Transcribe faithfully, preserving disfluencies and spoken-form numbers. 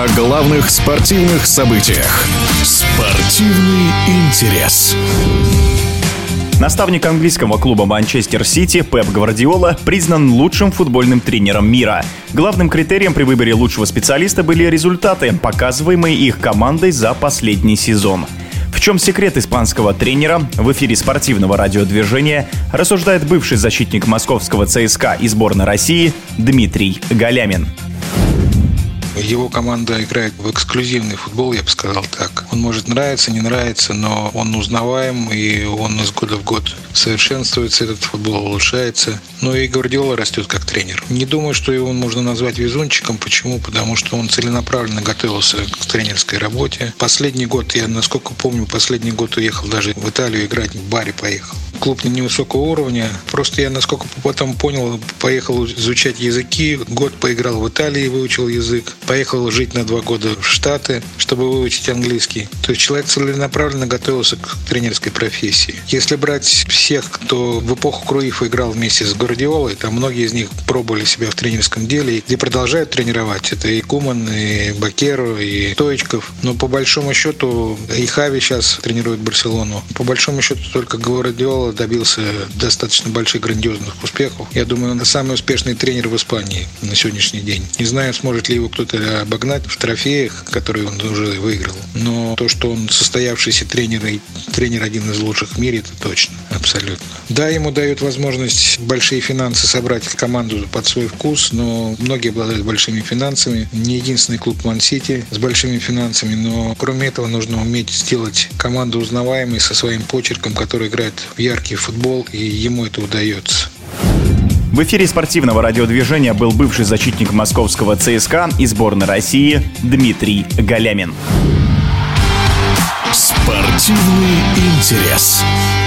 о главных спортивных событиях. Спортивный интерес. Наставник английского клуба «Манчестер Сити» Пеп Гвардиола признан лучшим футбольным тренером мира. Главным критерием при выборе лучшего специалиста были результаты, показываемые их командой за последний сезон. В чем секрет испанского тренера? В эфире спортивного радиодвижения рассуждает бывший защитник московского ЦСКА и сборной России Дмитрий Галямин. Его команда играет в эксклюзивный футбол, я бы сказал так. Он может нравиться, не нравиться, но он узнаваем, и он из года в год совершенствуется, этот футбол улучшается. Ну и Гвардиола растет как тренер. Не думаю, что его можно назвать везунчиком. Почему? Потому что он целенаправленно готовился к тренерской работе. Последний год, я насколько помню, последний год уехал даже в Италию играть, в Бари поехал. Клуб невысокого уровня. Просто я, насколько потом понял, поехал изучать языки. Год поиграл в Италии, выучил язык. Поехал жить на два года в Штаты, чтобы выучить английский. То есть человек целенаправленно готовился к тренерской профессии. Если брать всех, кто в эпоху Круифа играл вместе с Гвардиолой, там многие из них пробовали себя в тренерском деле и продолжают тренировать. Это и Куман, и Бакеро, и Стоичков. Но по большому счету и Хави сейчас тренирует Барселону. По большому счету только Гвардиола добился достаточно больших грандиозных успехов. Я думаю, он самый успешный тренер в Испании на сегодняшний день. Не знаю, сможет ли его кто-то обогнать в трофеях, которые он уже выиграл. Но то, что он состоявшийся тренер и тренер один из лучших в мире, это точно, абсолютно. Да, ему дают возможность большие финансы собрать команду под свой вкус, но многие обладают большими финансами. Не единственный клуб Ман-Сити с большими финансами, но кроме этого нужно уметь сделать команду узнаваемой со своим почерком, который играет в яркий футбол, и ему это удается. В эфире спортивного радиодвижения был бывший защитник московского ЦСКА и сборной России Дмитрий Галямин. Спортивный интерес.